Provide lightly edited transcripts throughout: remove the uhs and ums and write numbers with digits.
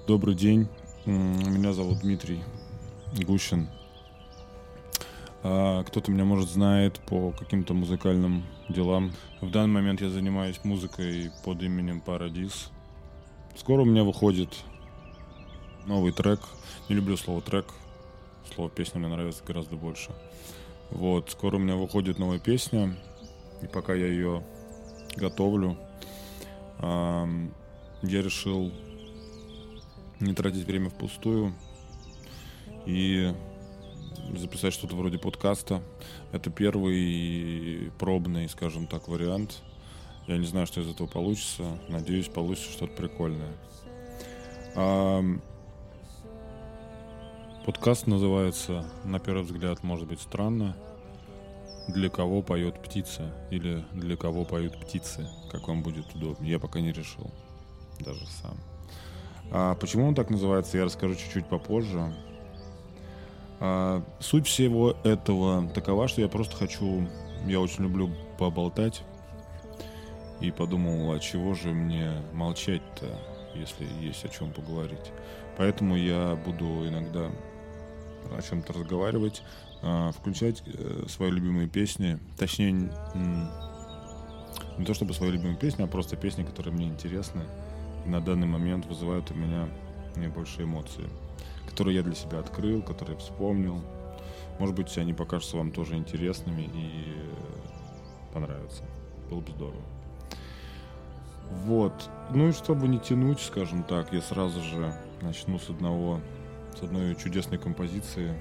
Добрый день, меня зовут Дмитрий Гущин. Кто-то меня, может, знает по каким-то музыкальным делам. В данный момент я занимаюсь музыкой под именем Paradis. Скоро у меня выходит новый трек. Не люблю слово трек, слово песня мне нравится гораздо больше. Вот, скоро у меня выходит новая песня, и пока я ее готовлю, я решил не тратить время впустую и записать что-то вроде подкаста. Это первый пробный, скажем так, вариант. Я не знаю, что из этого получится. Надеюсь, получится что-то прикольное. Подкаст называется, на первый взгляд, может быть странно, «Для кого поет птица» или «Для кого поют птицы», как вам будет удобнее. Я пока не решил, даже сам. Почему он так называется, я расскажу чуть-чуть попозже. Суть всего этого такова, что я очень люблю поболтать. И подумал, а чего же мне молчать-то, если есть о чем поговорить. Поэтому я буду иногда о чем-то разговаривать, включать свои любимые песни. Точнее, не то чтобы свои любимые песни, а просто песни, которые мне интересны. И на данный момент вызывают у меня наибольшие эмоции, которые я для себя открыл, которые вспомнил. Может быть, они покажутся вам тоже интересными и понравятся. Было бы здорово. Вот. Ну и чтобы не тянуть, скажем так, я сразу же начну с одной чудесной композиции.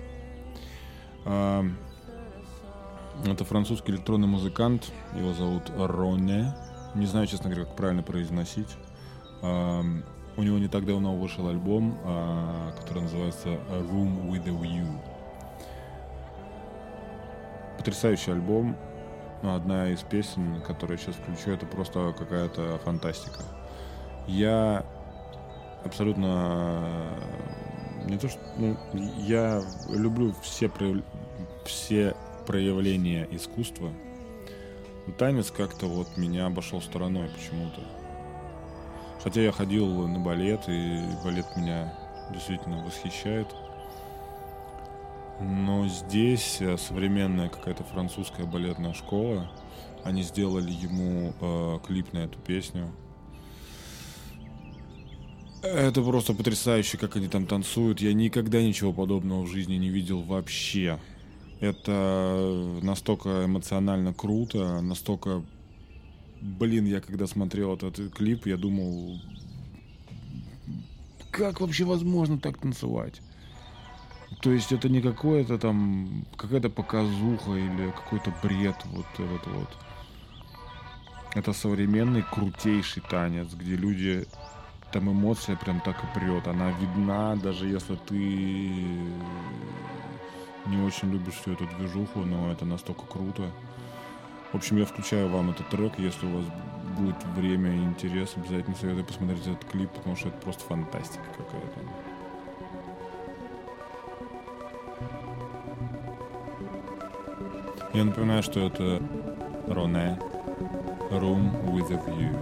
Это французский электронный музыкант. Его зовут Роне. Не знаю, честно говоря, как правильно произносить. У него не так давно вышел альбом, который называется Room with a View. Потрясающий альбом. Одна из песен, которую я сейчас включу, это просто какая-то фантастика. Я абсолютно я люблю все проявления искусства. Но танец как-то вот меня обошел стороной почему-то. Хотя я ходил на балет, и балет меня действительно восхищает. Но здесь современная какая-то французская балетная школа. Они сделали ему клип на эту песню. Это просто потрясающе, как они там танцуют. Я никогда ничего подобного в жизни не видел вообще. Это настолько эмоционально круто, настолько... я когда смотрел этот клип, я думал, как вообще возможно так танцевать? То есть это не какое-то там, какая-то показуха или какой-то бред вот этот вот. Это современный крутейший танец, где люди, там эмоция прям так и прет. Она видна, даже если ты не очень любишь всю эту движуху, но это настолько круто. В общем, я включаю вам этот трек, если у вас будет время и интерес, обязательно советую посмотреть этот клип, потому что это просто фантастика какая-то. Я напоминаю, что это Роне, Room with a View.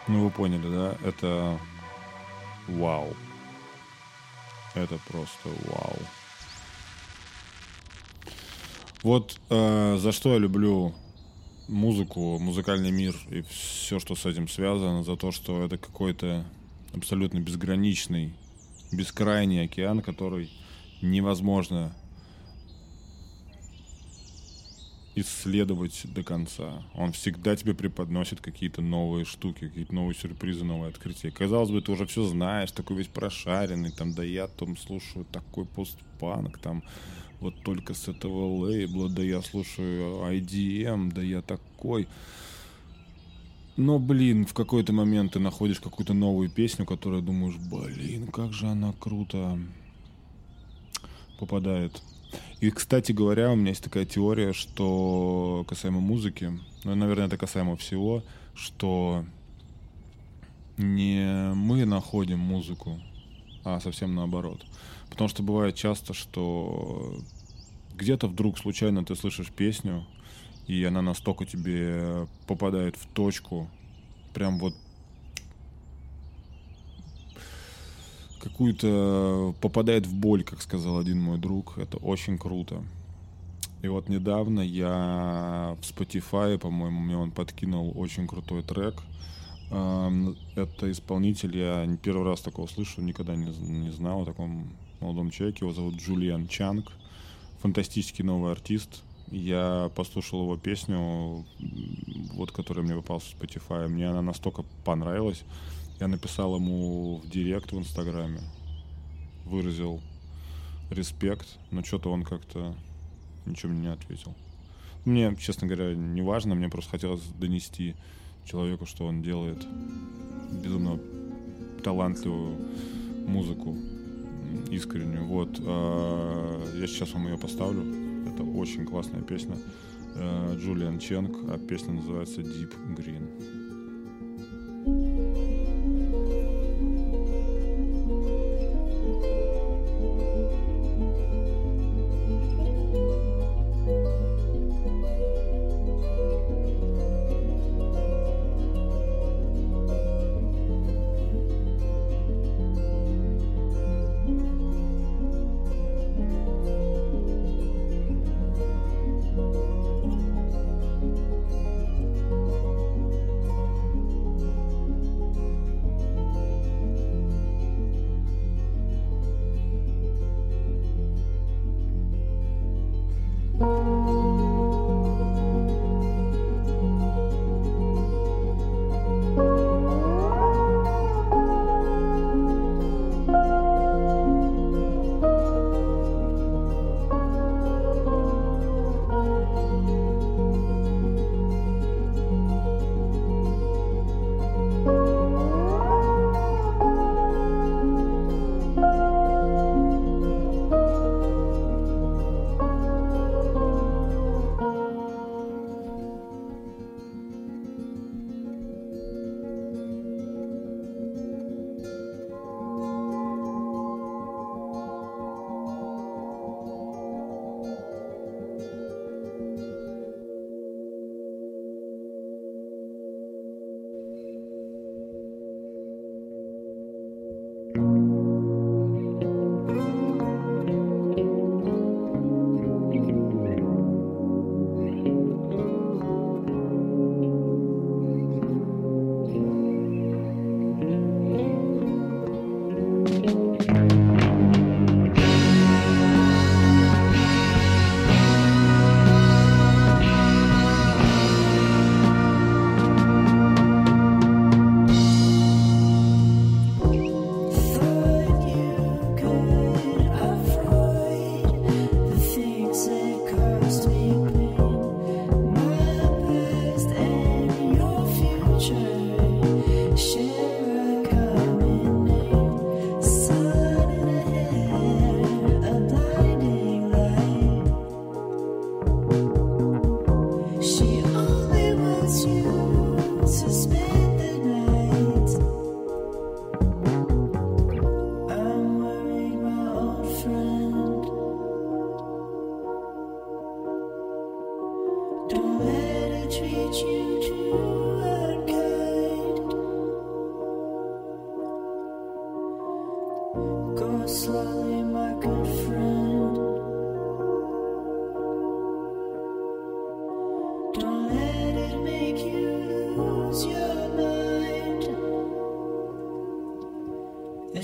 Ну, вы поняли, да? Это вау. Это просто вау. Вот за что я люблю музыку, музыкальный мир и все, что с этим связано, за то, что это какой-то абсолютно безграничный, бескрайний океан, который невозможно исследовать до конца. Он всегда тебе преподносит какие-то новые штуки, какие-то новые сюрпризы, новые открытия. Казалось бы, ты уже все знаешь, такой весь прошаренный, там, да я там слушаю такой постпанк, там, вот только с этого лейбла, да я слушаю IDM, да я такой. Но, блин, в какой-то момент ты находишь какую-то новую песню, которую думаешь, блин, как же она круто попадает. И, кстати говоря, у меня есть такая теория, что касаемо музыки, ну, наверное, это касаемо всего, что не мы находим музыку, а совсем наоборот. Потому что бывает часто, что где-то вдруг случайно ты слышишь песню, и она настолько тебе попадает в точку, прям вот какую-то попадает в боль, как сказал один мой друг. Это очень круто. И вот недавно я в Spotify, по-моему, мне он подкинул очень крутой трек. Это исполнитель, я первый раз такого слышу, никогда не знал о таком молодом человеке. Его зовут Джулиан Чанг. Фантастический новый артист. Я послушал его песню, вот, которая мне попалась в Spotify. Мне она настолько понравилась. Я написал ему в директ в Инстаграме, выразил респект, но что-то он как-то ничего мне не ответил. Мне, честно говоря, не важно, мне просто хотелось донести человеку, что он делает безумно талантливую музыку, искреннюю. Вот, я сейчас вам ее поставлю. Это очень классная песня. Джулиан Ченг, а песня называется Deep Green.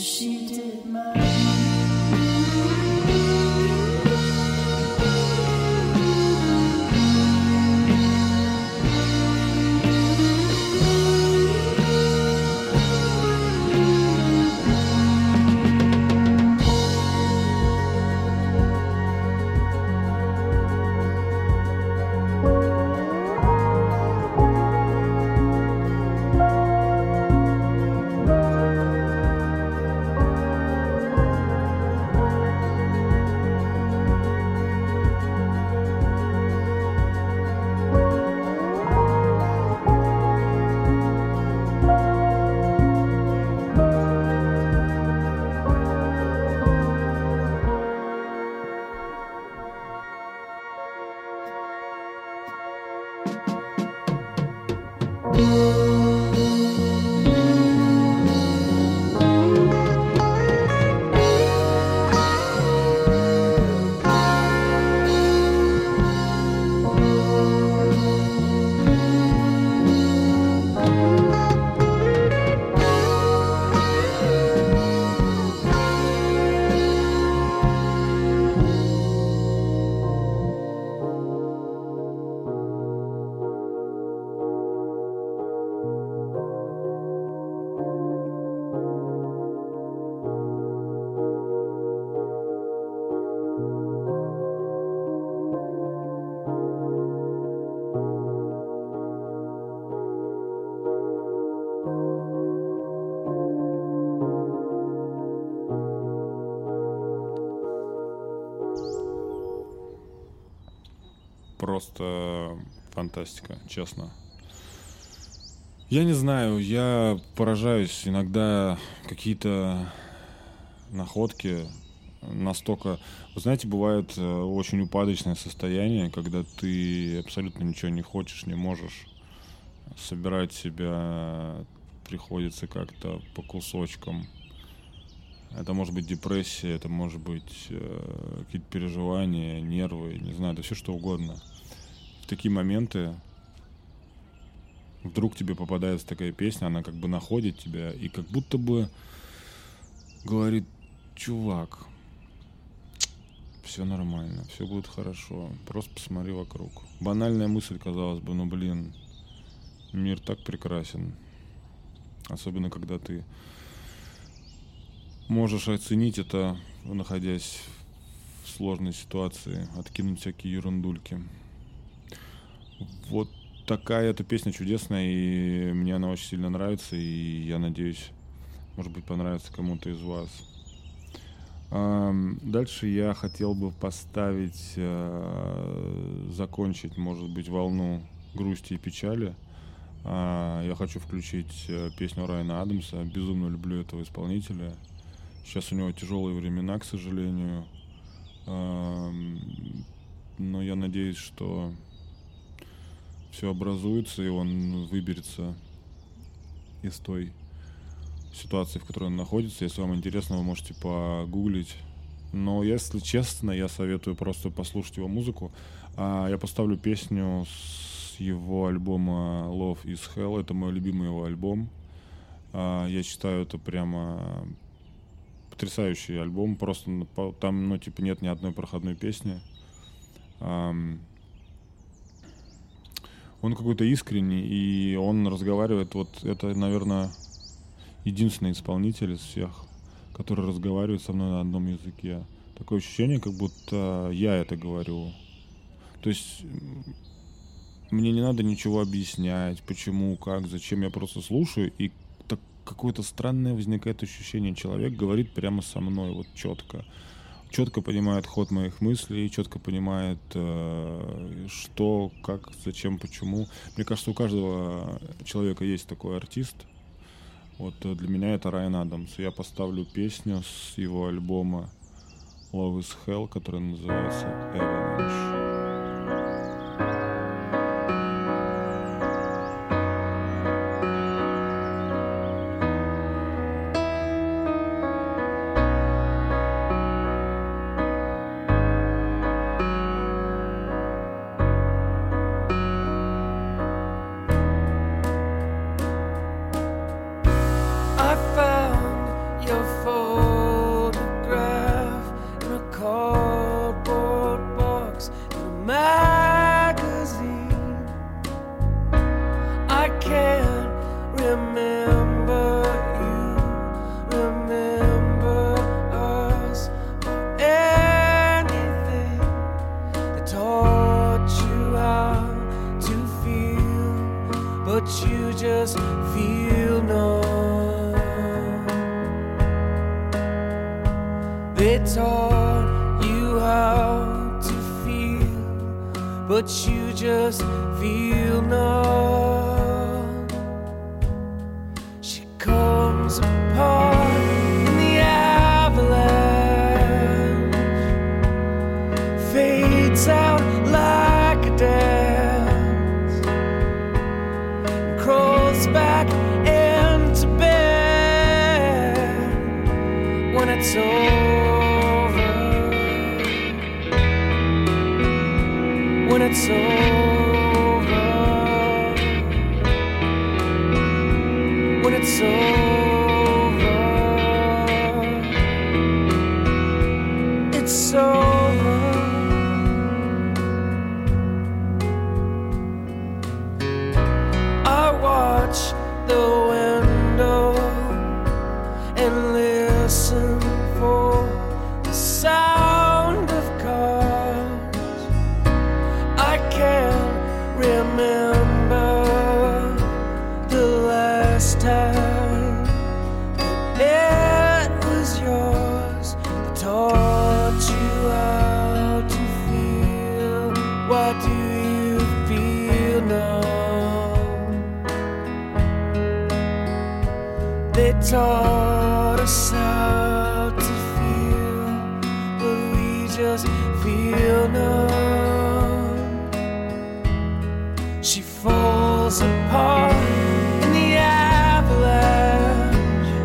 she did mine. Просто фантастика, честно. Я не знаю, я поражаюсь иногда какие-то находки настолько... Вы знаете, бывает очень упадочное состояние, когда ты абсолютно ничего не хочешь, не можешь. Собирать себя приходится как-то по кусочкам. Это может быть депрессия, это может быть какие-то переживания, нервы, не знаю, это все что угодно. В такие моменты вдруг тебе попадается такая песня, она как бы находит тебя и как будто бы говорит: чувак, все нормально, все будет хорошо, просто посмотри вокруг. Банальная мысль, казалось бы, но блин, мир так прекрасен. Особенно когда ты можешь оценить это, находясь в сложной ситуации, откинуть всякие ерундульки. Вот такая эта песня чудесная, и мне она очень сильно нравится, и я надеюсь, может быть, понравится кому-то из вас. Дальше я хотел бы поставить, закончить, может быть, волну грусти и печали. Я хочу включить песню Райана Адамса. Безумно люблю этого исполнителя. Сейчас у него тяжелые времена, к сожалению. Но я надеюсь, что все образуется, и он выберется из той ситуации, в которой он находится. Если вам интересно, вы можете погуглить. Но, если честно, я советую просто послушать его музыку. Я поставлю песню с его альбома Love is Hell. Это мой любимый его альбом. Я считаю, это прямо потрясающий альбом. Просто там, нет ни одной проходной песни. Он какой-то искренний, и он разговаривает. Вот это, наверное, единственный исполнитель из всех, который разговаривает со мной на одном языке. Такое ощущение, как будто я это говорю. То есть мне не надо ничего объяснять, почему, как, зачем. Я просто слушаю, и так какое-то странное возникает ощущение. Человек говорит прямо со мной, вот четко. Четко понимает ход моих мыслей, четко понимает, что, как, зачем, почему. Мне кажется, у каждого человека есть такой артист. Вот для меня это Райан Адамс. Я поставлю песню с его альбома Love is Hell, которая называется Avalanche. Your phone you just feel numb. They taught you how to feel, but you just feel numb. She comes apart in the avalanche, fades out like a dance, and crawls back into bed when it's over. When it's over. When it's over. It's over. I watch the window and listen for the sound of cars. I can't remember the last time that it was yours that taught you how to feel. Why do you feel numb? They taught us how to feel, but we just feel numb. She falls apart in the avalanche,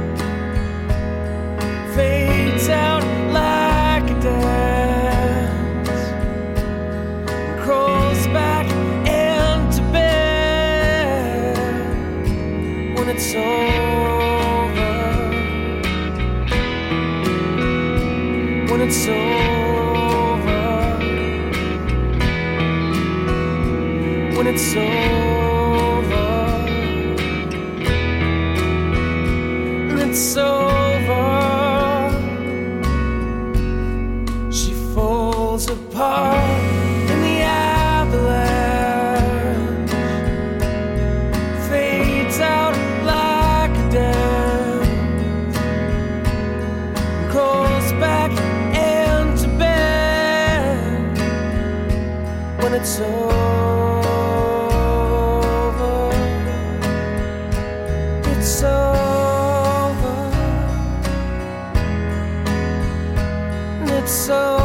fades out like a dance, and crawls back into bed when it's over. When it's over. When it's over. And it's over. She falls apart in the avalanche, fades out like a dance, crawls back into bed when it's over. It's over. It's over.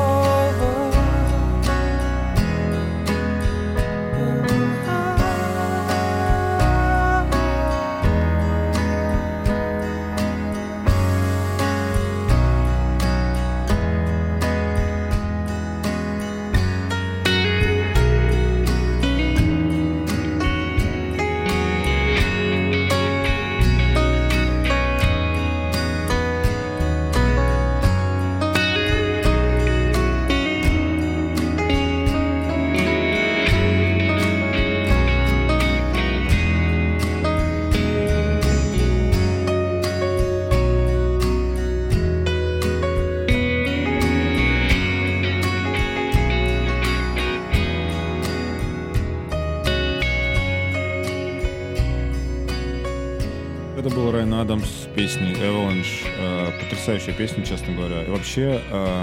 Это был Райан Адамс с песней Avalanche. Потрясающая песня, честно говоря. И вообще,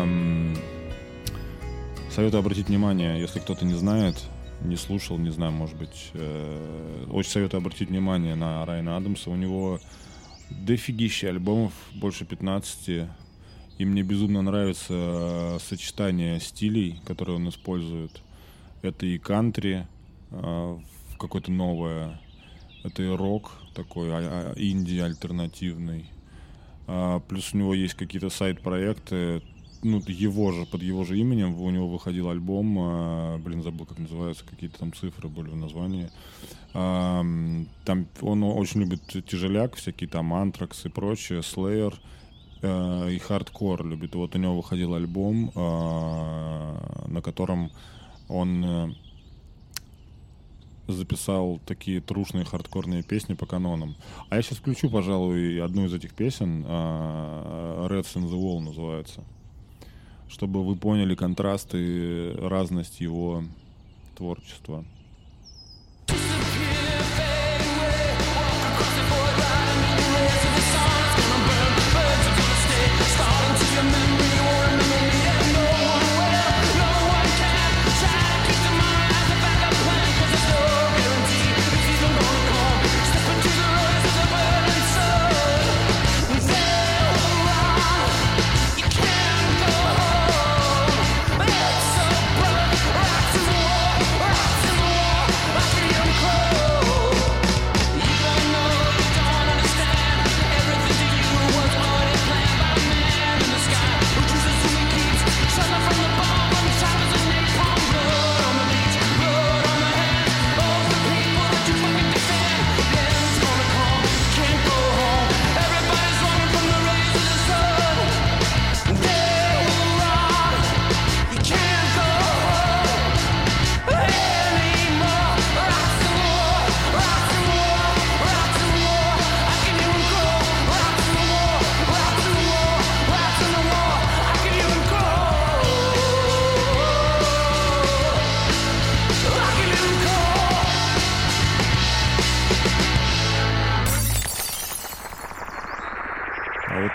советую обратить внимание, если кто-то не знает, не слушал, не знаю, может быть, очень советую обратить внимание на Райана Адамса. У него дофигища альбомов, больше 15. И мне безумно нравится сочетание стилей, которые он использует. Это и кантри, какое-то новое, это и рок такой, инди альтернативный. Плюс у него есть какие-то сайд-проекты, ну, его же, под его же именем у него выходил альбом, забыл, как называется, какие-то там цифры были в названии. Там он очень любит тяжеляк, всякие там Anthrax и прочее, Slayer, и хардкор любит. Вот у него выходил альбом, на котором он записал такие трушные хардкорные песни по канонам. А я сейчас включу, пожалуй, одну из этих песен, Rats in the Wall называется, чтобы вы поняли контрасты, разность его творчества. Disappear, babe.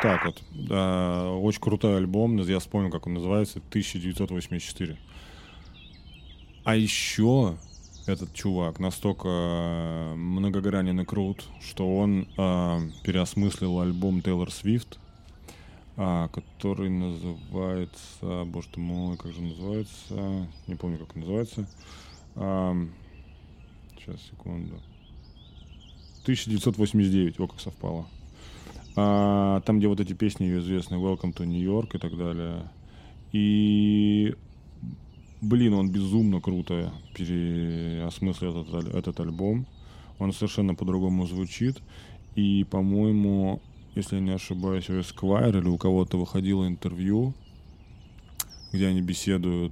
так вот. Очень крутой альбом, я вспомнил, как он называется, 1984. А еще этот чувак настолько многогранен и крут, что он переосмыслил альбом Тейлор Свифт, который называется... Боже ты мой, как же называется? Не помню, как он называется. Сейчас, секунду. 1989, как совпало. Там, где вот эти песни ее известные, Welcome to New York и так далее. И, он безумно круто переосмыслил этот альбом. Он совершенно по-другому звучит. И, по-моему, если я не ошибаюсь, у Esquire или у кого-то выходило интервью, где они беседуют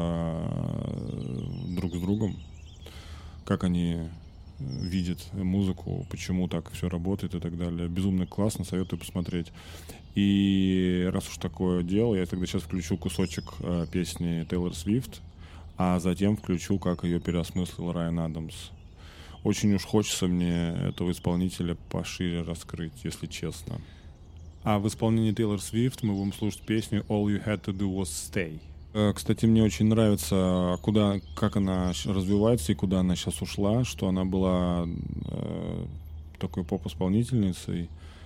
друг с другом, как они видят музыку, почему так все работает и так далее. Безумно классно, советую посмотреть. И раз уж такое дело, я тогда сейчас включу кусочек песни Тейлор Свифт, а затем включу, как ее переосмыслил Райан Адамс. Очень уж хочется мне этого исполнителя пошире раскрыть, если честно. А в исполнении Тейлор Свифт мы будем слушать песню «All You Had To Do Was Stay». Кстати, мне очень нравится, как она развивается и куда она сейчас ушла, что она была такой поп-исполнительницей.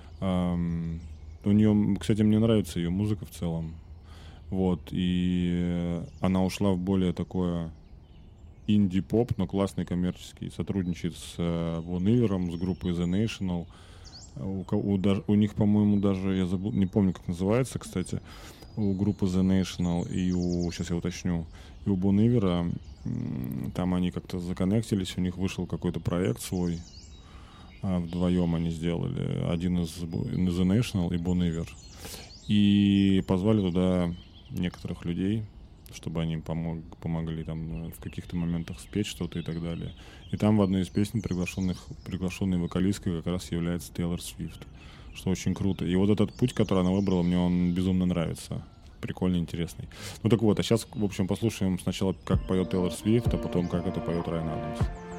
У нее, кстати, мне нравится ее музыка в целом. Вот, и она ушла в более такое инди-поп, но классный коммерческий. Сотрудничает с Bon Iver, с группой The National. У них, по-моему, даже, я забыл, не помню, как называется, кстати, у группы The National и сейчас я уточню, и у Bon Iver, там они как-то законнектились, у них вышел какой-то проект свой, вдвоем они сделали, один из The National и Bon Iver, и позвали туда некоторых людей, чтобы они помогли там в каких-то моментах спеть что-то и так далее. И там в одной из песен приглашенной вокалисткой как раз является Тейлор Свифт, что очень круто. И вот этот путь, который она выбрала, мне он безумно нравится. Прикольно, интересный. Ну так вот, а сейчас, в общем, послушаем сначала, как поет Тейлор Свифт, а потом, как это поет Райан Адамс.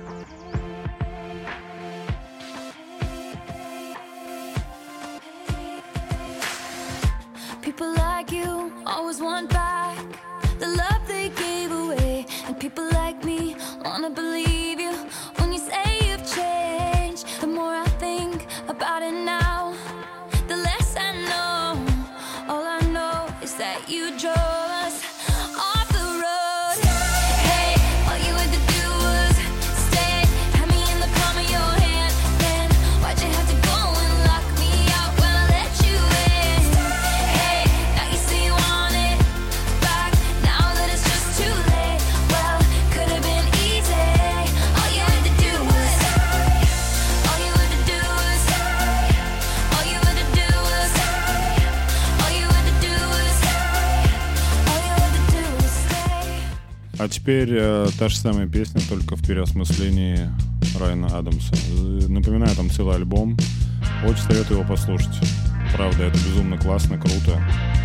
People like you always want back the love they gave away, and people like me wanna believe you when you say you've changed. The more I think about it now, the less I know. All I know is that you drove us off the road. Hey, all you had to do was stay, had me in the palm of your hand. Then why'd you have to go and lock me out when I let you in? Hey, now you say you want it back, now that it's just too late. Well, could have been easy. All you had to do was stay. All you had to do was stay. All you had to do was stay. All you had to do was stay. All you had to do was stay. А теперь та же самая песня, только в переосмыслении Райана Адамса. Напоминаю, там целый альбом. Очень советую его послушать. Правда, это безумно классно, круто.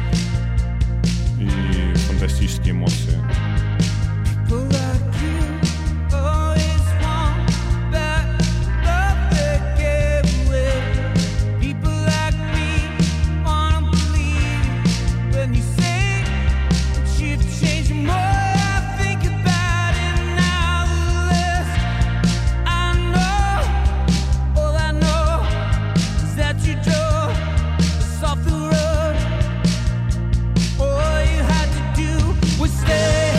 И фантастические эмоции. People like you always want back love they gave away. People like me wanna believe when you say that you've changed. The more I think about it now, the less I know. All I know is that you drove us off the road. All you had to do was stay.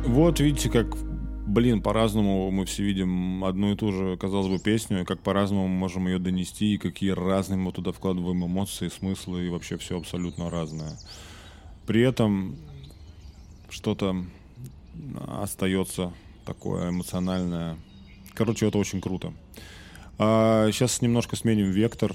Вот видите, как, по-разному мы все видим одну и ту же, казалось бы, песню, и как по-разному мы можем ее донести, и какие разные мы туда вкладываем эмоции, смыслы, и вообще все абсолютно разное. При этом что-то остается такое эмоциональное. Короче, это очень круто. Сейчас немножко сменим вектор.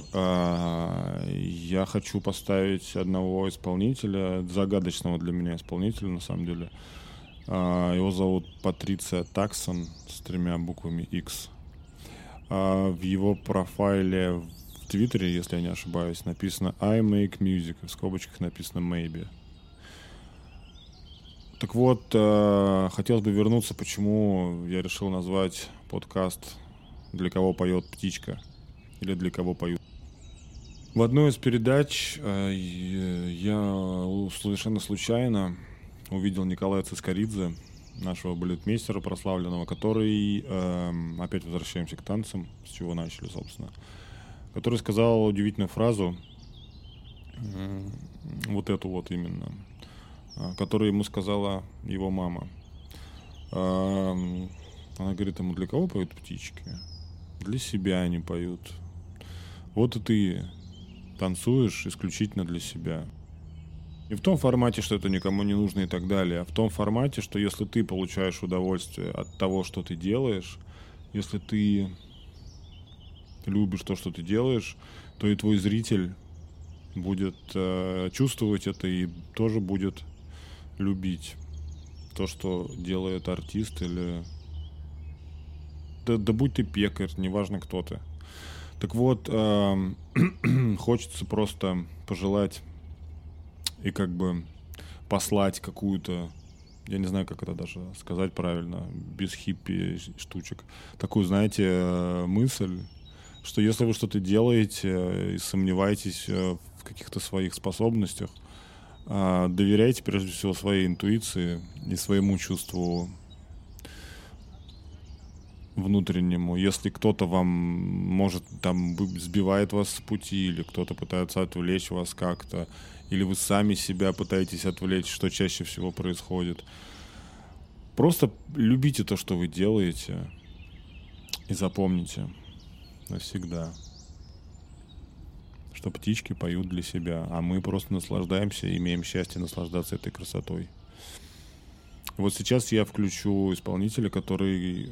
Я хочу поставить одного исполнителя, загадочного для меня исполнителя, на самом деле. Его зовут Патриция Таксон с 3 буквами X. В его профайле в Твиттере, если я не ошибаюсь, написано I make music, в скобочках написано maybe. Так вот, хотелось бы вернуться, почему я решил назвать подкаст «Для кого поет птичка» или «Для кого поют». В одной из передач я совершенно случайно увидел Николая Цискоридзе, нашего балетмейстера прославленного, который, опять возвращаемся к танцам, с чего начали, собственно, который сказал удивительную фразу, вот эту вот именно, которую ему сказала его мама. Она говорит ему: для кого поют птички? Для себя они поют. Вот и ты танцуешь исключительно для себя. Не в том формате, что это никому не нужно и так далее, а в том формате, что если ты получаешь удовольствие от того, что ты делаешь, если ты любишь то, что ты делаешь, то и твой зритель будет чувствовать это и тоже будет любить то, что делает артист или... Да будь ты пекарь, неважно кто ты. Так вот, хочется просто пожелать и как бы послать какую-то, я не знаю, как это даже сказать правильно, без хиппи штучек, такую, знаете, мысль, что если вы что-то делаете и сомневаетесь в каких-то своих способностях, доверяйте прежде всего своей интуиции и своему чувству внутреннему. Если кто-то вам, может, там сбивает вас с пути, или кто-то пытается отвлечь вас как-то, или вы сами себя пытаетесь отвлечь, что чаще всего происходит. Просто любите то, что вы делаете, и запомните навсегда, что птички поют для себя, а мы просто наслаждаемся и имеем счастье наслаждаться этой красотой. Вот сейчас я включу исполнителя, который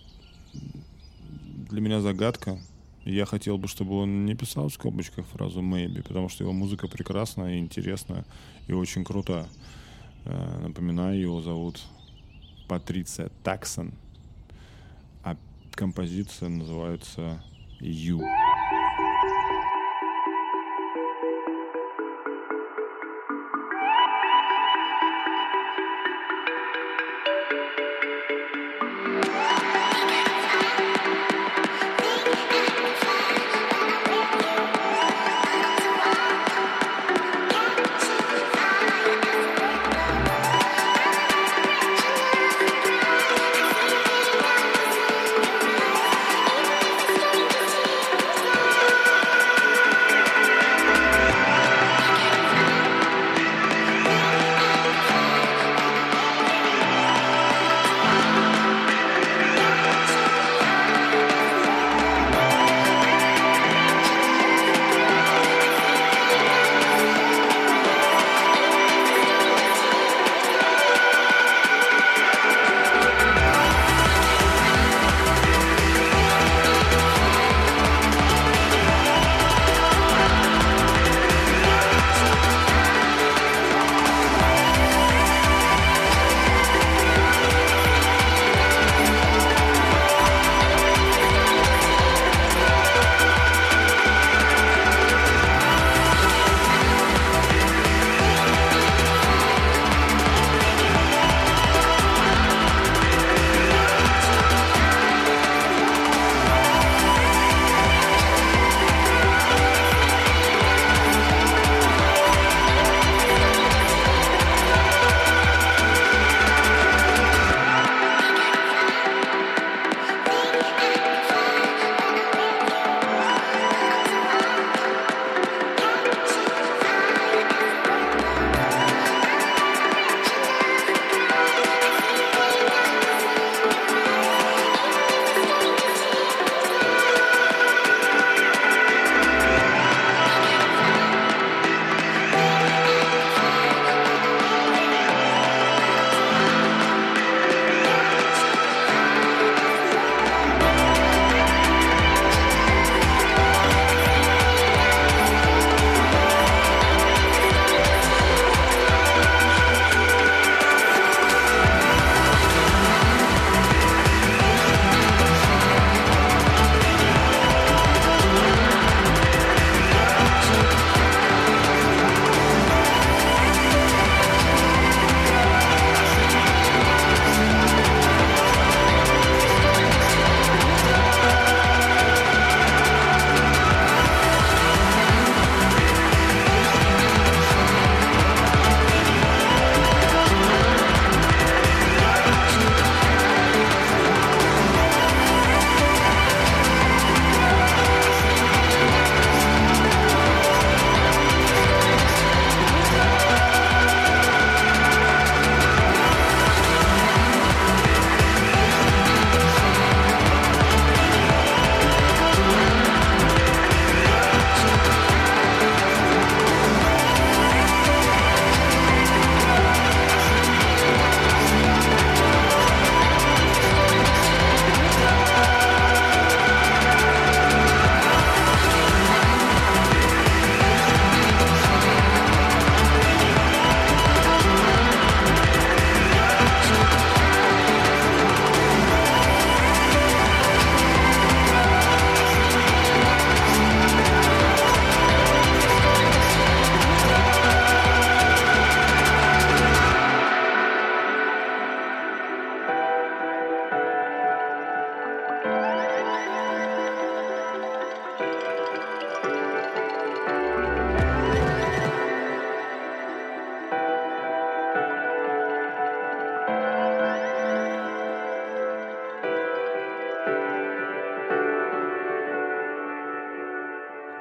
для меня загадка. Я хотел бы, чтобы он не писал в скобочках фразу maybe, потому что его музыка прекрасная и интересная и очень крутая. Напоминаю, его зовут Патриция Таксон, а композиция называется You.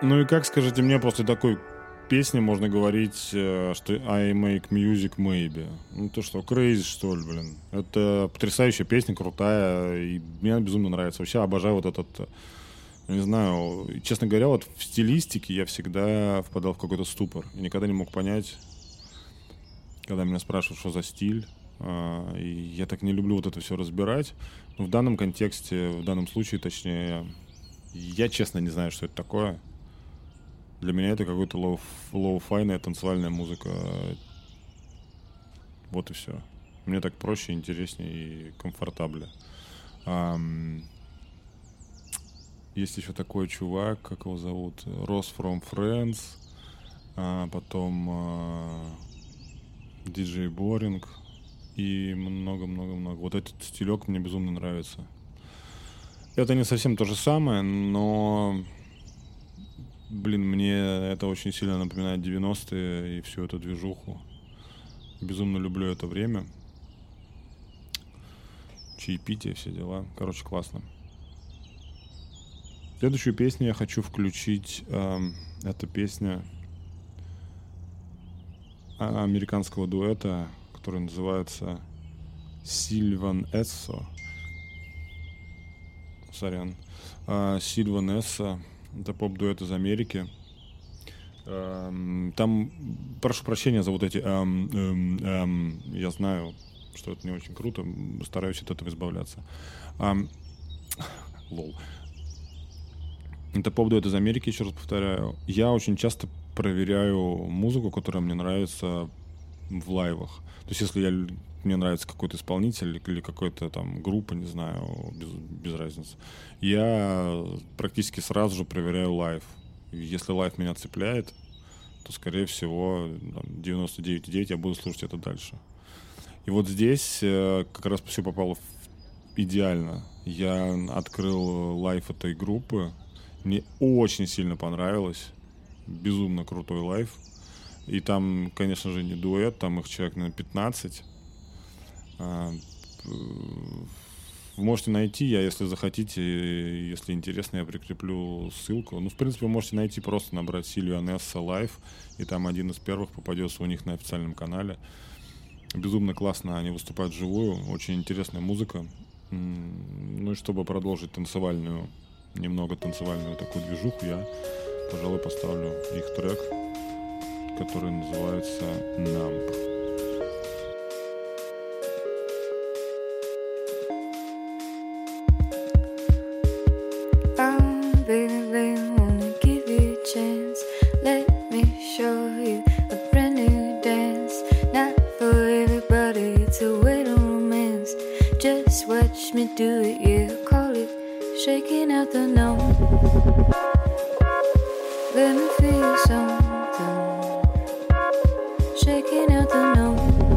Ну и как, скажите мне, после такой песни можно говорить, что I make music maybe? Ну то что, crazy, что ли, блин? Это потрясающая песня, крутая, и мне она безумно нравится. Вообще обожаю вот этот, не знаю, честно говоря, вот в стилистике я всегда впадал в какой-то ступор. И никогда не мог понять, когда меня спрашивают, что за стиль. И я так не люблю вот это все разбирать. Но в данном контексте, в данном случае, точнее, я честно не знаю, что это такое. Для меня это какой-то лоу-файная танцевальная музыка. Вот и все. Мне так проще, интереснее и комфортабле. Есть еще такой чувак, как его зовут? Ross from Friends. Потом DJ Boring. И много-много-много. Вот этот стилек мне безумно нравится. Это не совсем то же самое, но... Блин, мне это очень сильно напоминает 90-е и всю эту движуху. Безумно люблю это время. Чаепитие, все дела. Короче, классно. Следующую песню я хочу включить. Это песня американского дуэта, который называется Sylvan Esso. Сорян. Sylvan Esso. Это поп-дуэт из Америки. Там, прошу прощения за вот эти я знаю, что это не очень круто. Стараюсь от этого избавляться. Лол. Это поп-дуэт из Америки, еще раз повторяю. Я очень часто проверяю музыку, которая мне нравится в лайвах. То есть, если мне нравится какой-то исполнитель или какая-то там группа, не знаю, без разницы, я практически сразу же проверяю лайв. Если лайв меня цепляет, то, скорее всего, 99,9 я буду слушать это дальше. И вот здесь как раз все попало идеально. Я открыл лайв этой группы. Мне очень сильно понравилось. Безумно крутой лайв. И там, конечно же, не дуэт, там их человек, наверное, 15. Вы можете найти, если захотите, если интересно, я прикреплю ссылку. Ну, в принципе, вы можете найти, просто набрать Sylvan Esso Live, и там один из первых попадется у них на официальном канале. Безумно классно они выступают вживую, очень интересная музыка. Ну и чтобы продолжить немного танцевальную такую движуху, я, пожалуй, поставлю их трек, который называется «Numb». Do it, yeah, call it shaking out the numb. Let me feel something, shaking out the numb,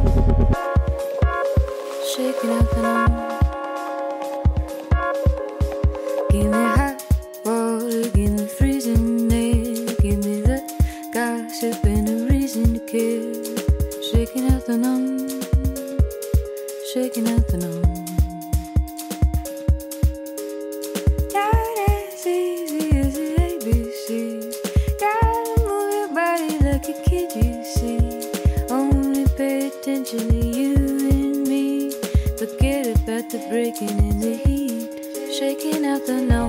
shaking out the numb. Give me hot water, give me freezing air, give me the gossip and a reason to care. Shaking out the numb, shaking out the numb. Breaking in the heat, shaking out the numb.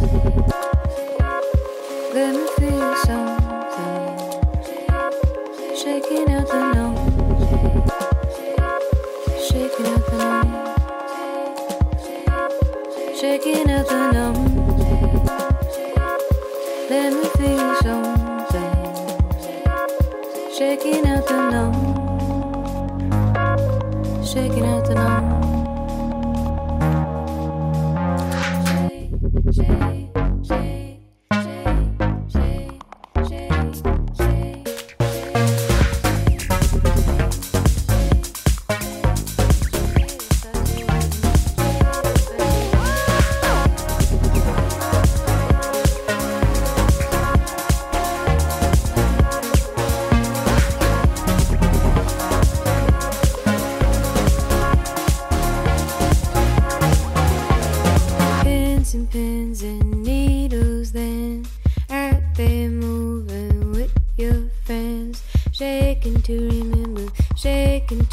Let me feel something, shaking out the numb, shaking out the numb, shaking out the numb. Let me feel something, shaking out the numb, shaking out the numb.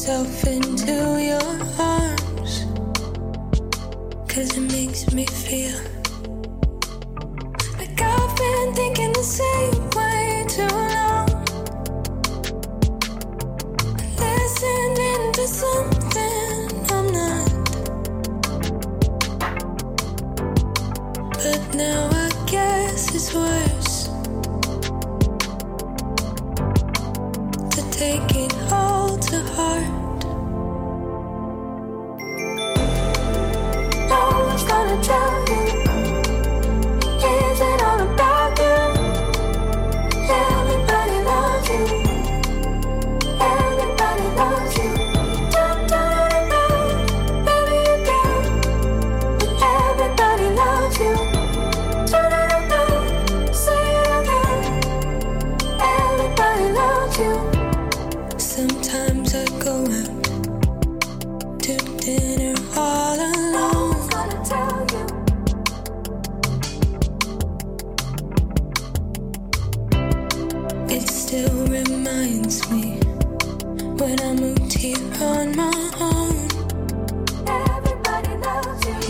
myself into your arms, 'cause it makes me feel like I've been thinking the same way too long. Listened into something I'm not, but now I guess it's worse to take it all to heart. No one's gonna tell you, is it all about you? Everybody loves you. Everybody loves you. Don't do it alone, baby, you do. But everybody loves you. Don't it alone, say it again. Everybody loves you. Sometimes I go out to dinner all alone. Who's gonna tell you? It still reminds me when I moved here on my own. Everybody loves you.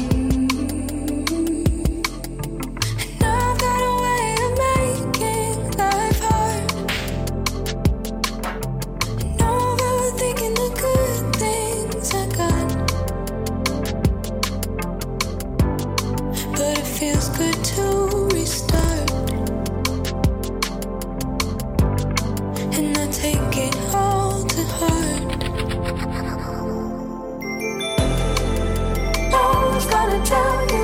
And I've got a way of making life hard, and overthinking the good things I got. But it feels good to restart, and I take it all to heart. No one's gonna tell you,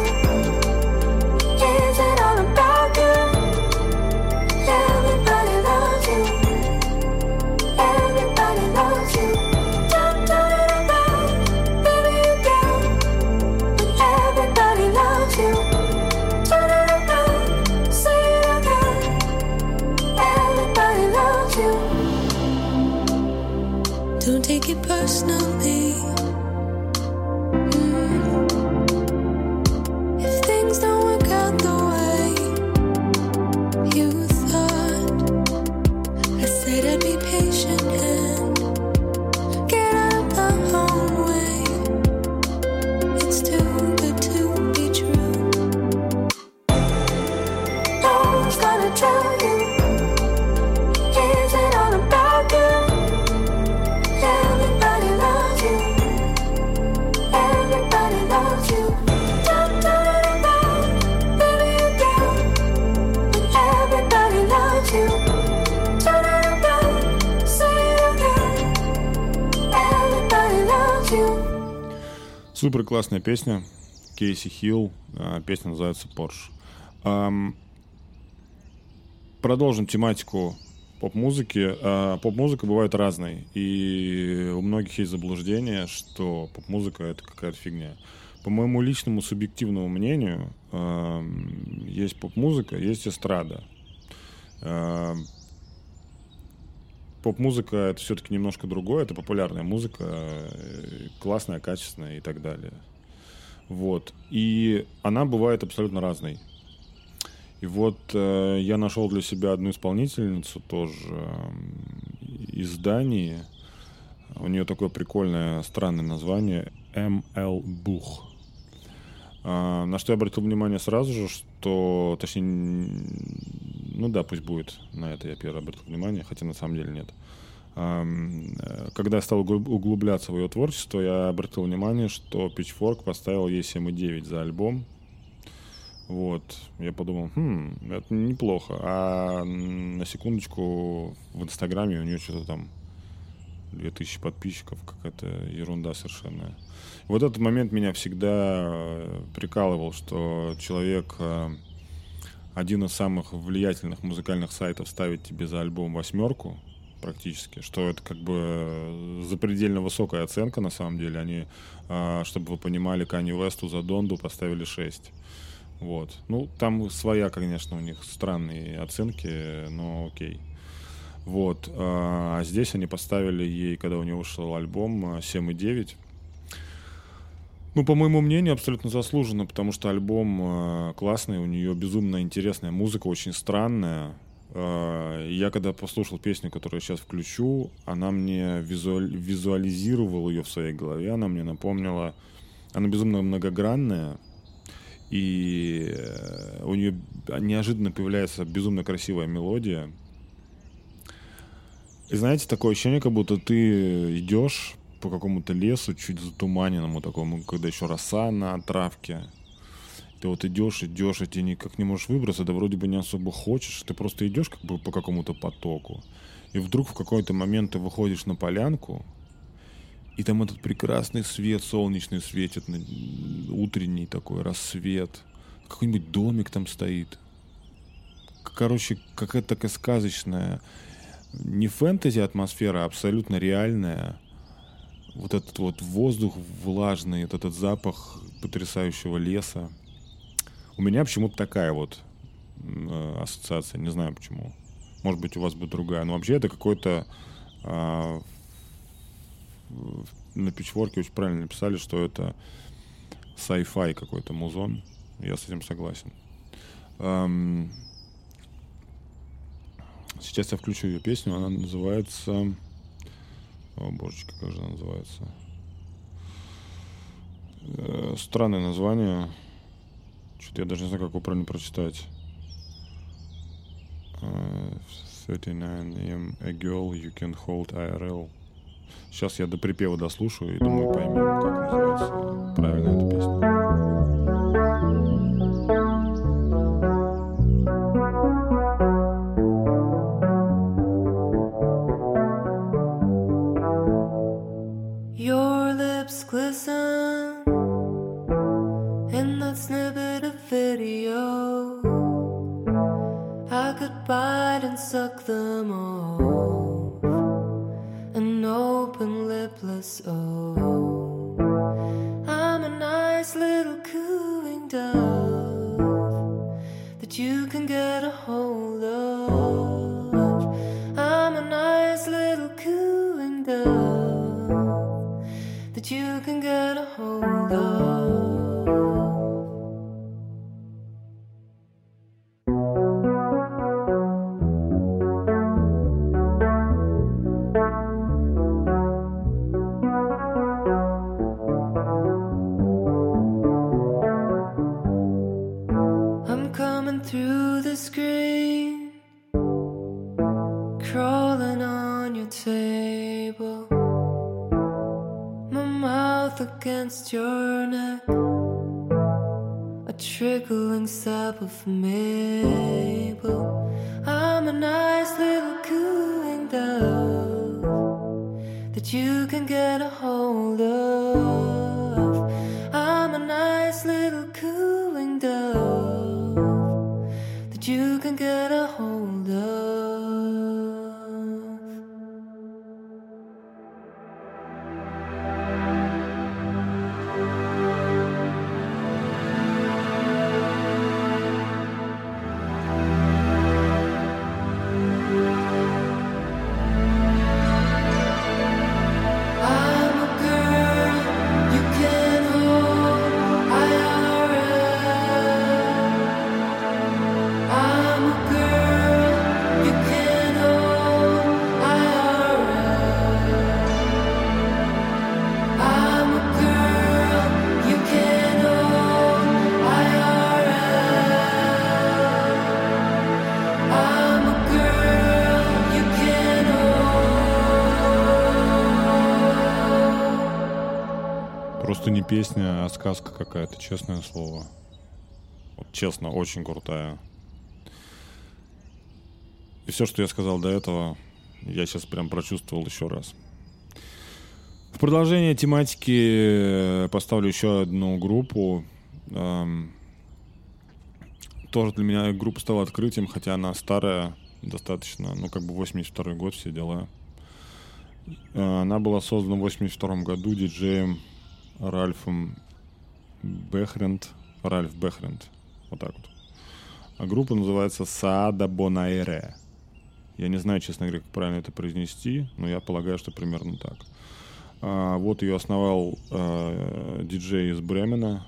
is it all about you? Everybody loves you. Everybody loves you. Don't do it alone, baby, you do. But everybody loves you. Don't it alone, say it again. Everybody loves you. Don't take it personally. If things don't work out the way you thought, I said I'd be patient and get out of my own way. It's too good to be true. No one's gonna tell you, is it all about you? Everybody loves you. Everybody loves you. Don't do it alone, baby, you do. But everybody loves you. Don't it alone, say it again. Everybody loves you. Супер классная песня. Кейси Хилл. Песня называется Porsche. Продолжим тематику поп-музыки. Поп-музыка бывает разной. И у многих есть заблуждение, что поп-музыка — это какая-то фигня. По моему личному субъективному мнению, есть поп-музыка, есть эстрада. Поп-музыка — это все-таки немножко другое. Это популярная музыка, классная, качественная и так далее. Вот. И она бывает абсолютно разной. И вот я нашел для себя одну исполнительницу тоже из Дании. У нее такое прикольное, странное название — ML Buch. На что я обратил внимание сразу же, что, точнее, ну да, пусть будет, на это я первый обратил внимание, хотя на самом деле нет. Когда я стал углубляться в ее творчество, я обратил внимание, что Pitchfork поставил ей 7,9 за альбом. Вот, я подумал, это неплохо. А на секундочку в Инстаграме у нее что-то там 2000 подписчиков, какая-то ерунда совершенно. Вот этот момент меня всегда прикалывал, что человек, один из самых влиятельных музыкальных сайтов, ставит тебе за альбом 8 практически, что это как бы запредельно высокая оценка на самом деле. Они, чтобы вы понимали, Канье Уэсту за Донду поставили 6. Вот. Ну, там своя, конечно, у них странные оценки, но окей. Вот. А здесь они поставили ей, когда у нее вышел альбом, 7,9. Ну, по моему мнению, абсолютно заслуженно, потому что альбом классный, у нее безумно интересная музыка, очень странная. Я когда послушал песню, которую я сейчас включу, она мне визуализировала ее в своей голове, она мне напомнила, она безумно многогранная, и у нее неожиданно появляется безумно красивая мелодия. И знаете, такое ощущение, как будто ты идешь по какому-то лесу, чуть затуманенному такому, когда еще роса на травке. Ты вот идешь, и ты никак не можешь выбраться, да вроде бы не особо хочешь, ты просто идешь как бы по какому-то потоку. И вдруг в какой-то момент ты выходишь на полянку, и там этот прекрасный свет солнечный светит, утренний такой рассвет. Какой-нибудь домик там стоит. Короче, какая-то такая сказочная, не фэнтези атмосфера, а абсолютно реальная. Вот этот вот воздух влажный, вот этот запах потрясающего леса. У меня почему-то такая вот ассоциация, не знаю почему. Может быть, у вас будет другая. Но вообще это какой-то... на Pitchfork очень правильно написали, что это sci-fi какой-то музон. Я с этим согласен. Сейчас я включу ее песню. Она называется... О, божечки, как же она называется? Странное название. Что-то я даже не знаю, как его правильно прочитать. 39 AM, a girl you can hold IRL. Сейчас я до припева дослушаю и думаю, поймем, как называется правильно эта песня. Your lips glisten in that snippet of video. I could bite and suck them off, an open lipless O. I'm a nice little cooing dove that you can get a hold of. I'm a nice little cooing dove that you can get a hold of. I'm coming through the screen, crawling on your table, my mouth against your neck, a trickling sap of maple. I'm a nice little cooing dove that you can get a hold of. I'm a nice little cooing dove that you can get a hold of. I'm a girl you can hold IRL. I'm a girl you can hold IRL. I'm a girl you can hold IRL. I'm a girl you can hold. Просто не песня, а сказка какая-то, честное слово. Вот честно, очень крутая. И все, что я сказал до этого, я сейчас прям прочувствовал еще раз. В продолжение тематики поставлю еще одну группу. Тоже для меня группа стала открытием, хотя она старая достаточно, ну как бы 82-й год, все дела. Она была создана в 82-м году диджеем Ральфом Бехренд. Ральф Бехренд. Вот так вот. А группа называется Саада Бонайре. Я не знаю, честно говоря, как правильно это произнести, но я полагаю, что примерно так. Вот ее основал диджей из Бремена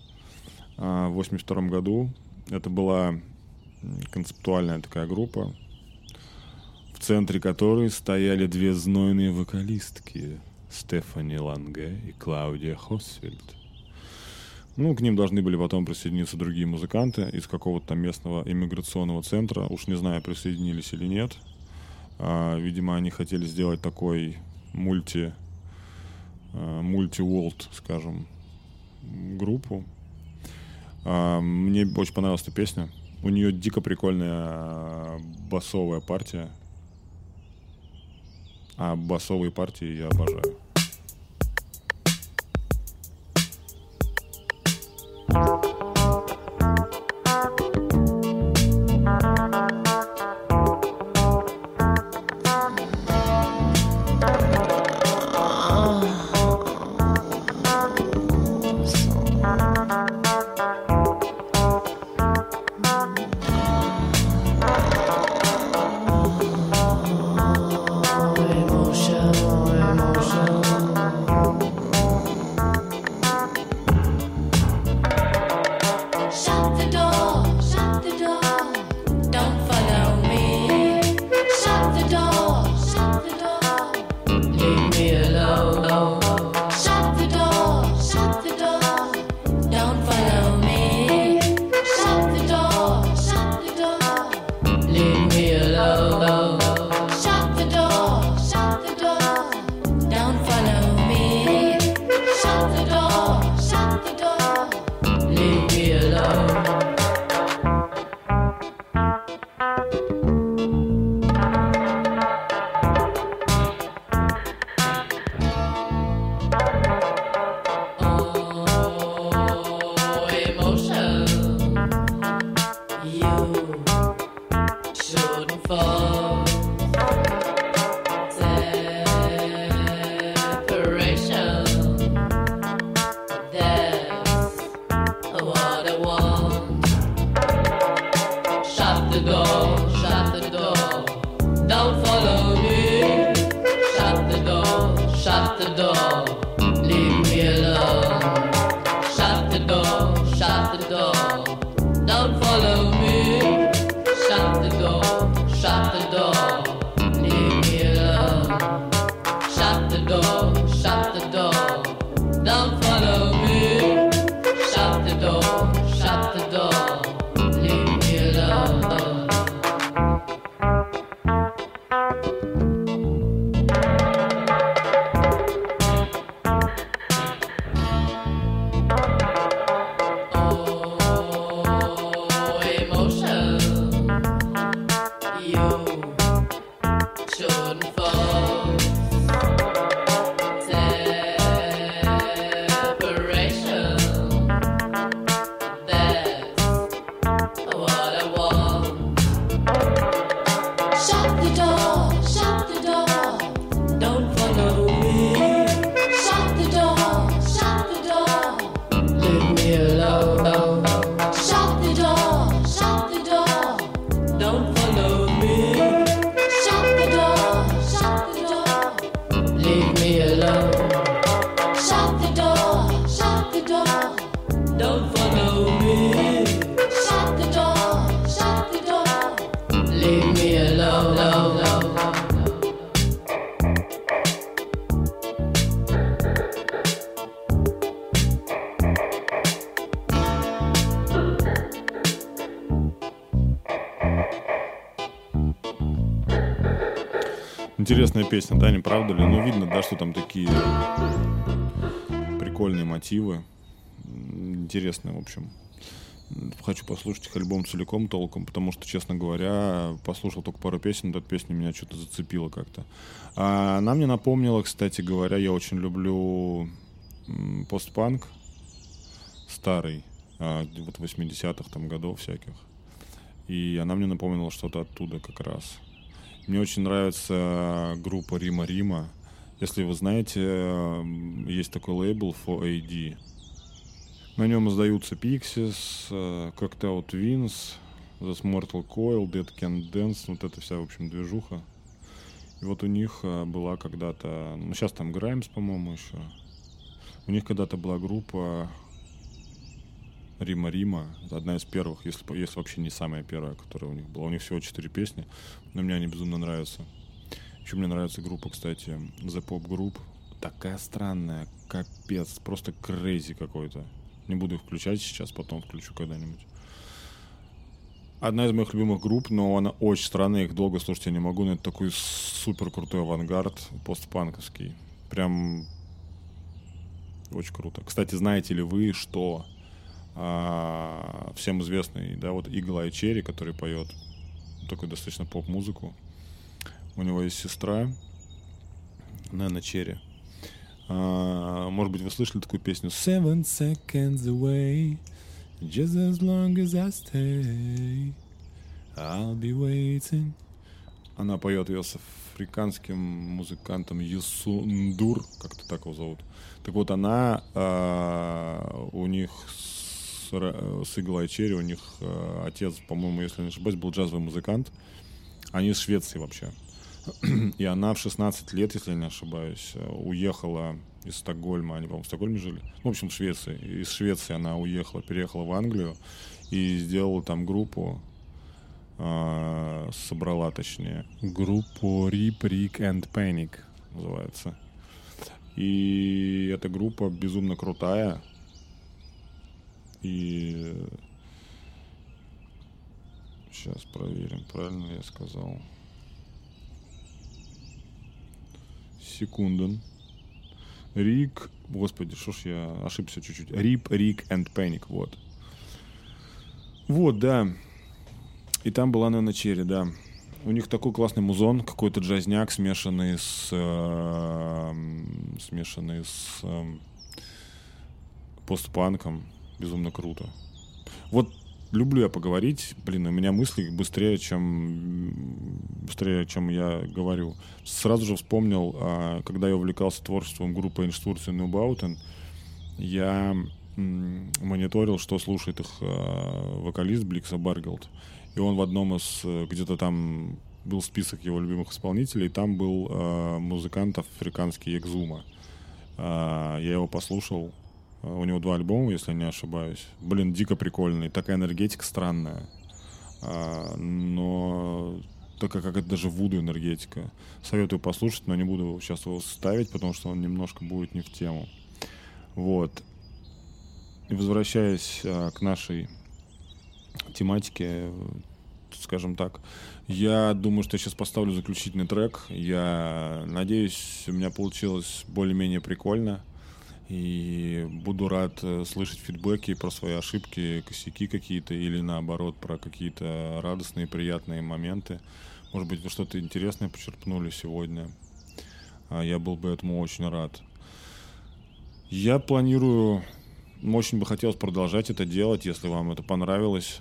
в 82-м году. Это была концептуальная такая группа. центре которой стояли две знойные вокалистки Стефани Ланге и Клаудия Хосфельд. Ну, к ним должны были потом присоединиться другие музыканты из какого-то там местного иммиграционного центра. Уж не знаю, присоединились или нет. Видимо, они хотели сделать такой мульти-волт, скажем, группу. Мне очень понравилась эта песня. У нее дико прикольная басовая партия. А басовые партии я обожаю. Интересная песня, да, не правда ли? Ну, видно, да, что там такие прикольные мотивы. Интересно, в общем. Хочу послушать их альбом целиком толком, потому что, честно говоря, послушал только пару песен, эта песня меня что-то зацепила как-то. Она мне напомнила, кстати говоря, я очень люблю постпанк старый, вот 80-х там годов всяких. И она мне напомнила что-то оттуда как раз. Мне очень нравится группа Рима Рима. Если вы знаете, есть такой лейбл 4AD. На нем издаются Pixies, Cocktail Twins, The Mortal Coil, Dead Can Dance. Вот эта вся, в общем, движуха. И вот у них была когда-то... Ну, сейчас там Grimes, по-моему, еще. У них когда-то была группа Рима. Это одна из первых, если вообще не самая первая, которая у них была. У них всего 4 песни, но мне они безумно нравятся. Еще мне нравится группа, кстати, The Pop Group. Такая странная, капец, просто крейзи какой-то. Не буду их включать сейчас, потом включу когда-нибудь. Одна из моих любимых групп, но она очень странная, их долго слушать я не могу, но это такой супер крутой авангард, постпанковский. Прям очень круто. Кстати, знаете ли вы, что всем известный, да, вот Eagle Eye Cherry, который поет такую достаточно поп-музыку, у него есть сестра Нена Черри. Может быть, вы слышали такую песню Seven seconds away, just as long as I stay, I'll be waiting. Она поет ее с африканским музыкантом Юсундур, как-то так его зовут. Так вот, она у них с Eagle Eye Cherry, у них отец, по-моему, если не ошибаюсь, был джазовый музыкант. Они из Швеции вообще. И она в 16 лет, если я не ошибаюсь, уехала из Стокгольма. Они, по-моему, в Стокгольме жили. Ну, в общем, в Швеции. Из Швеции она переехала в Англию и сделала там группу. Собрала, точнее, группу Rip, Rick and Panic называется. И эта группа безумно крутая. И сейчас проверим, правильно ли я сказал. Секунду. Рик, господи, что ж я ошибся чуть-чуть. Rip, Rick and Panic, вот. Вот, да. И там была Нена Черри, да. У них такой классный музон, какой-то джазняк, смешанный с постпанком. Безумно круто. Вот люблю я поговорить. Блин, у меня мысли быстрее, чем я говорю. Сразу же вспомнил, когда я увлекался творчеством группы Einstürzen und Neubauten, я мониторил, что слушает их вокалист Бликса Баргелд. И он в одном из, где-то там был список его любимых исполнителей, и там был музыкант африканский Экзума. Я его послушал. У него 2 альбома, если я не ошибаюсь. Блин, дико прикольный. Такая энергетика странная. Но такая, как это даже вуду энергетика. Советую послушать, но не буду сейчас его ставить, потому что он немножко будет не в тему. Вот. И возвращаясь к нашей тематике, скажем так, я думаю, что я сейчас поставлю заключительный трек. Я надеюсь, у меня получилось более-менее прикольно. И буду рад слышать фидбэки про свои ошибки, косяки какие-то, или наоборот про какие-то радостные, приятные моменты. Может быть, вы что-то интересное почерпнули сегодня. Я был бы этому очень рад. Я планирую, очень бы хотелось продолжать это делать. Если вам это понравилось,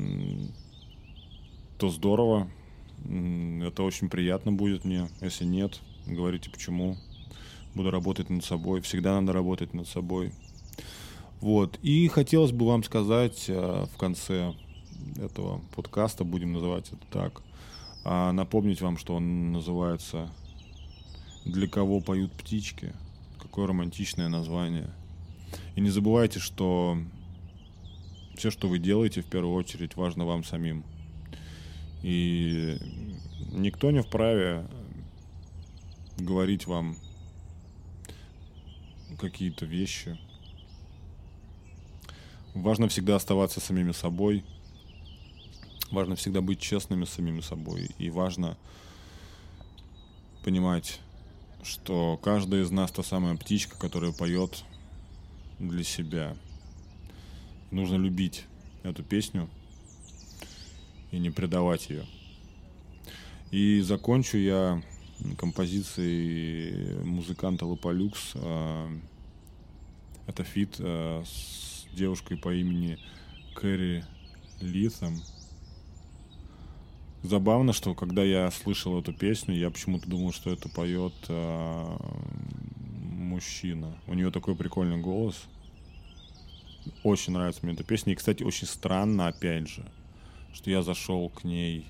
то здорово. Это очень приятно будет мне. Если нет, говорите почему. Буду работать над собой. Всегда надо работать над собой. Вот. И хотелось бы вам сказать в конце этого подкаста, будем называть это так, напомнить вам, что он называется «Для кого поют птички». Какое романтичное название. И не забывайте, что все, что вы делаете, в первую очередь важно вам самим. И никто не вправе говорить вам какие-то вещи. Важно всегда оставаться самими собой. Важно всегда быть честными с самими собой. И важно понимать, что каждый из нас та самая птичка, которая поет для себя. Нужно любить эту песню и не предавать ее. И закончу я композицией музыканта Лапалюкс. Это фит с девушкой по имени Кэрри Литом. Забавно, что когда я слышал эту песню, я почему-то думал, что это поет мужчина. У нее такой прикольный голос. Очень нравится мне эта песня. И, кстати, очень странно, опять же, что я зашел к ней,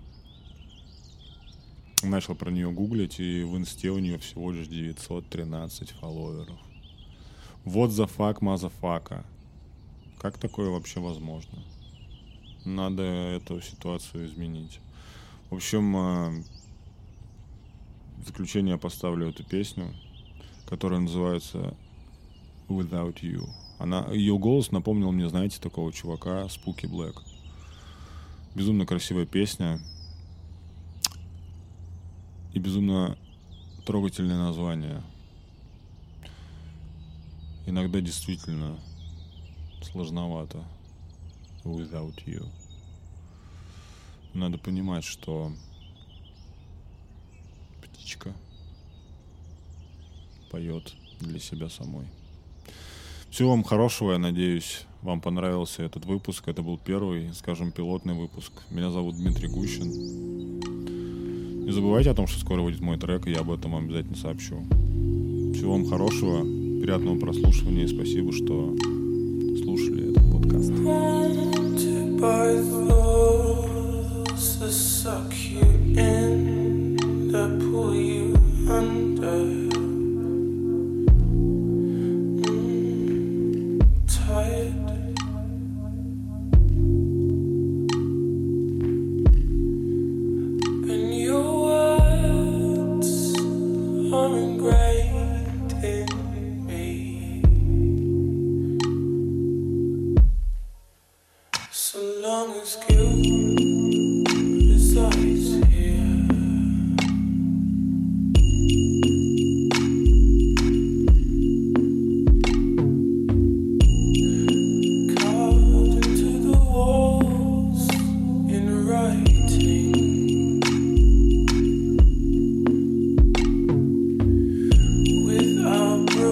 начал про нее гуглить, и в инсте у нее всего лишь 913 фолловеров. What the fuck, motherfucker? Как такое вообще возможно? Надо эту ситуацию изменить. В общем, в заключение я поставлю эту песню, которая называется Without You. Ее голос напомнил мне, знаете, такого чувака Spooky Black. Безумно красивая песня и безумно трогательное название. Иногда действительно сложновато. Without You. Надо понимать, что птичка поет для себя самой. Всего вам хорошего, я надеюсь, вам понравился этот выпуск. Это был первый, скажем, пилотный выпуск. Меня зовут Дмитрий Гущин. Не забывайте о том, что скоро выйдет мой трек, и я об этом вам обязательно сообщу. Всего вам хорошего, приятного прослушивания, и спасибо, что слушали этот подкаст. By those that suck you in, that pull you under. Tired. And your words are ingrained in me. So long as guilt resides here, carved into the walls in writing, with our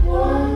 One.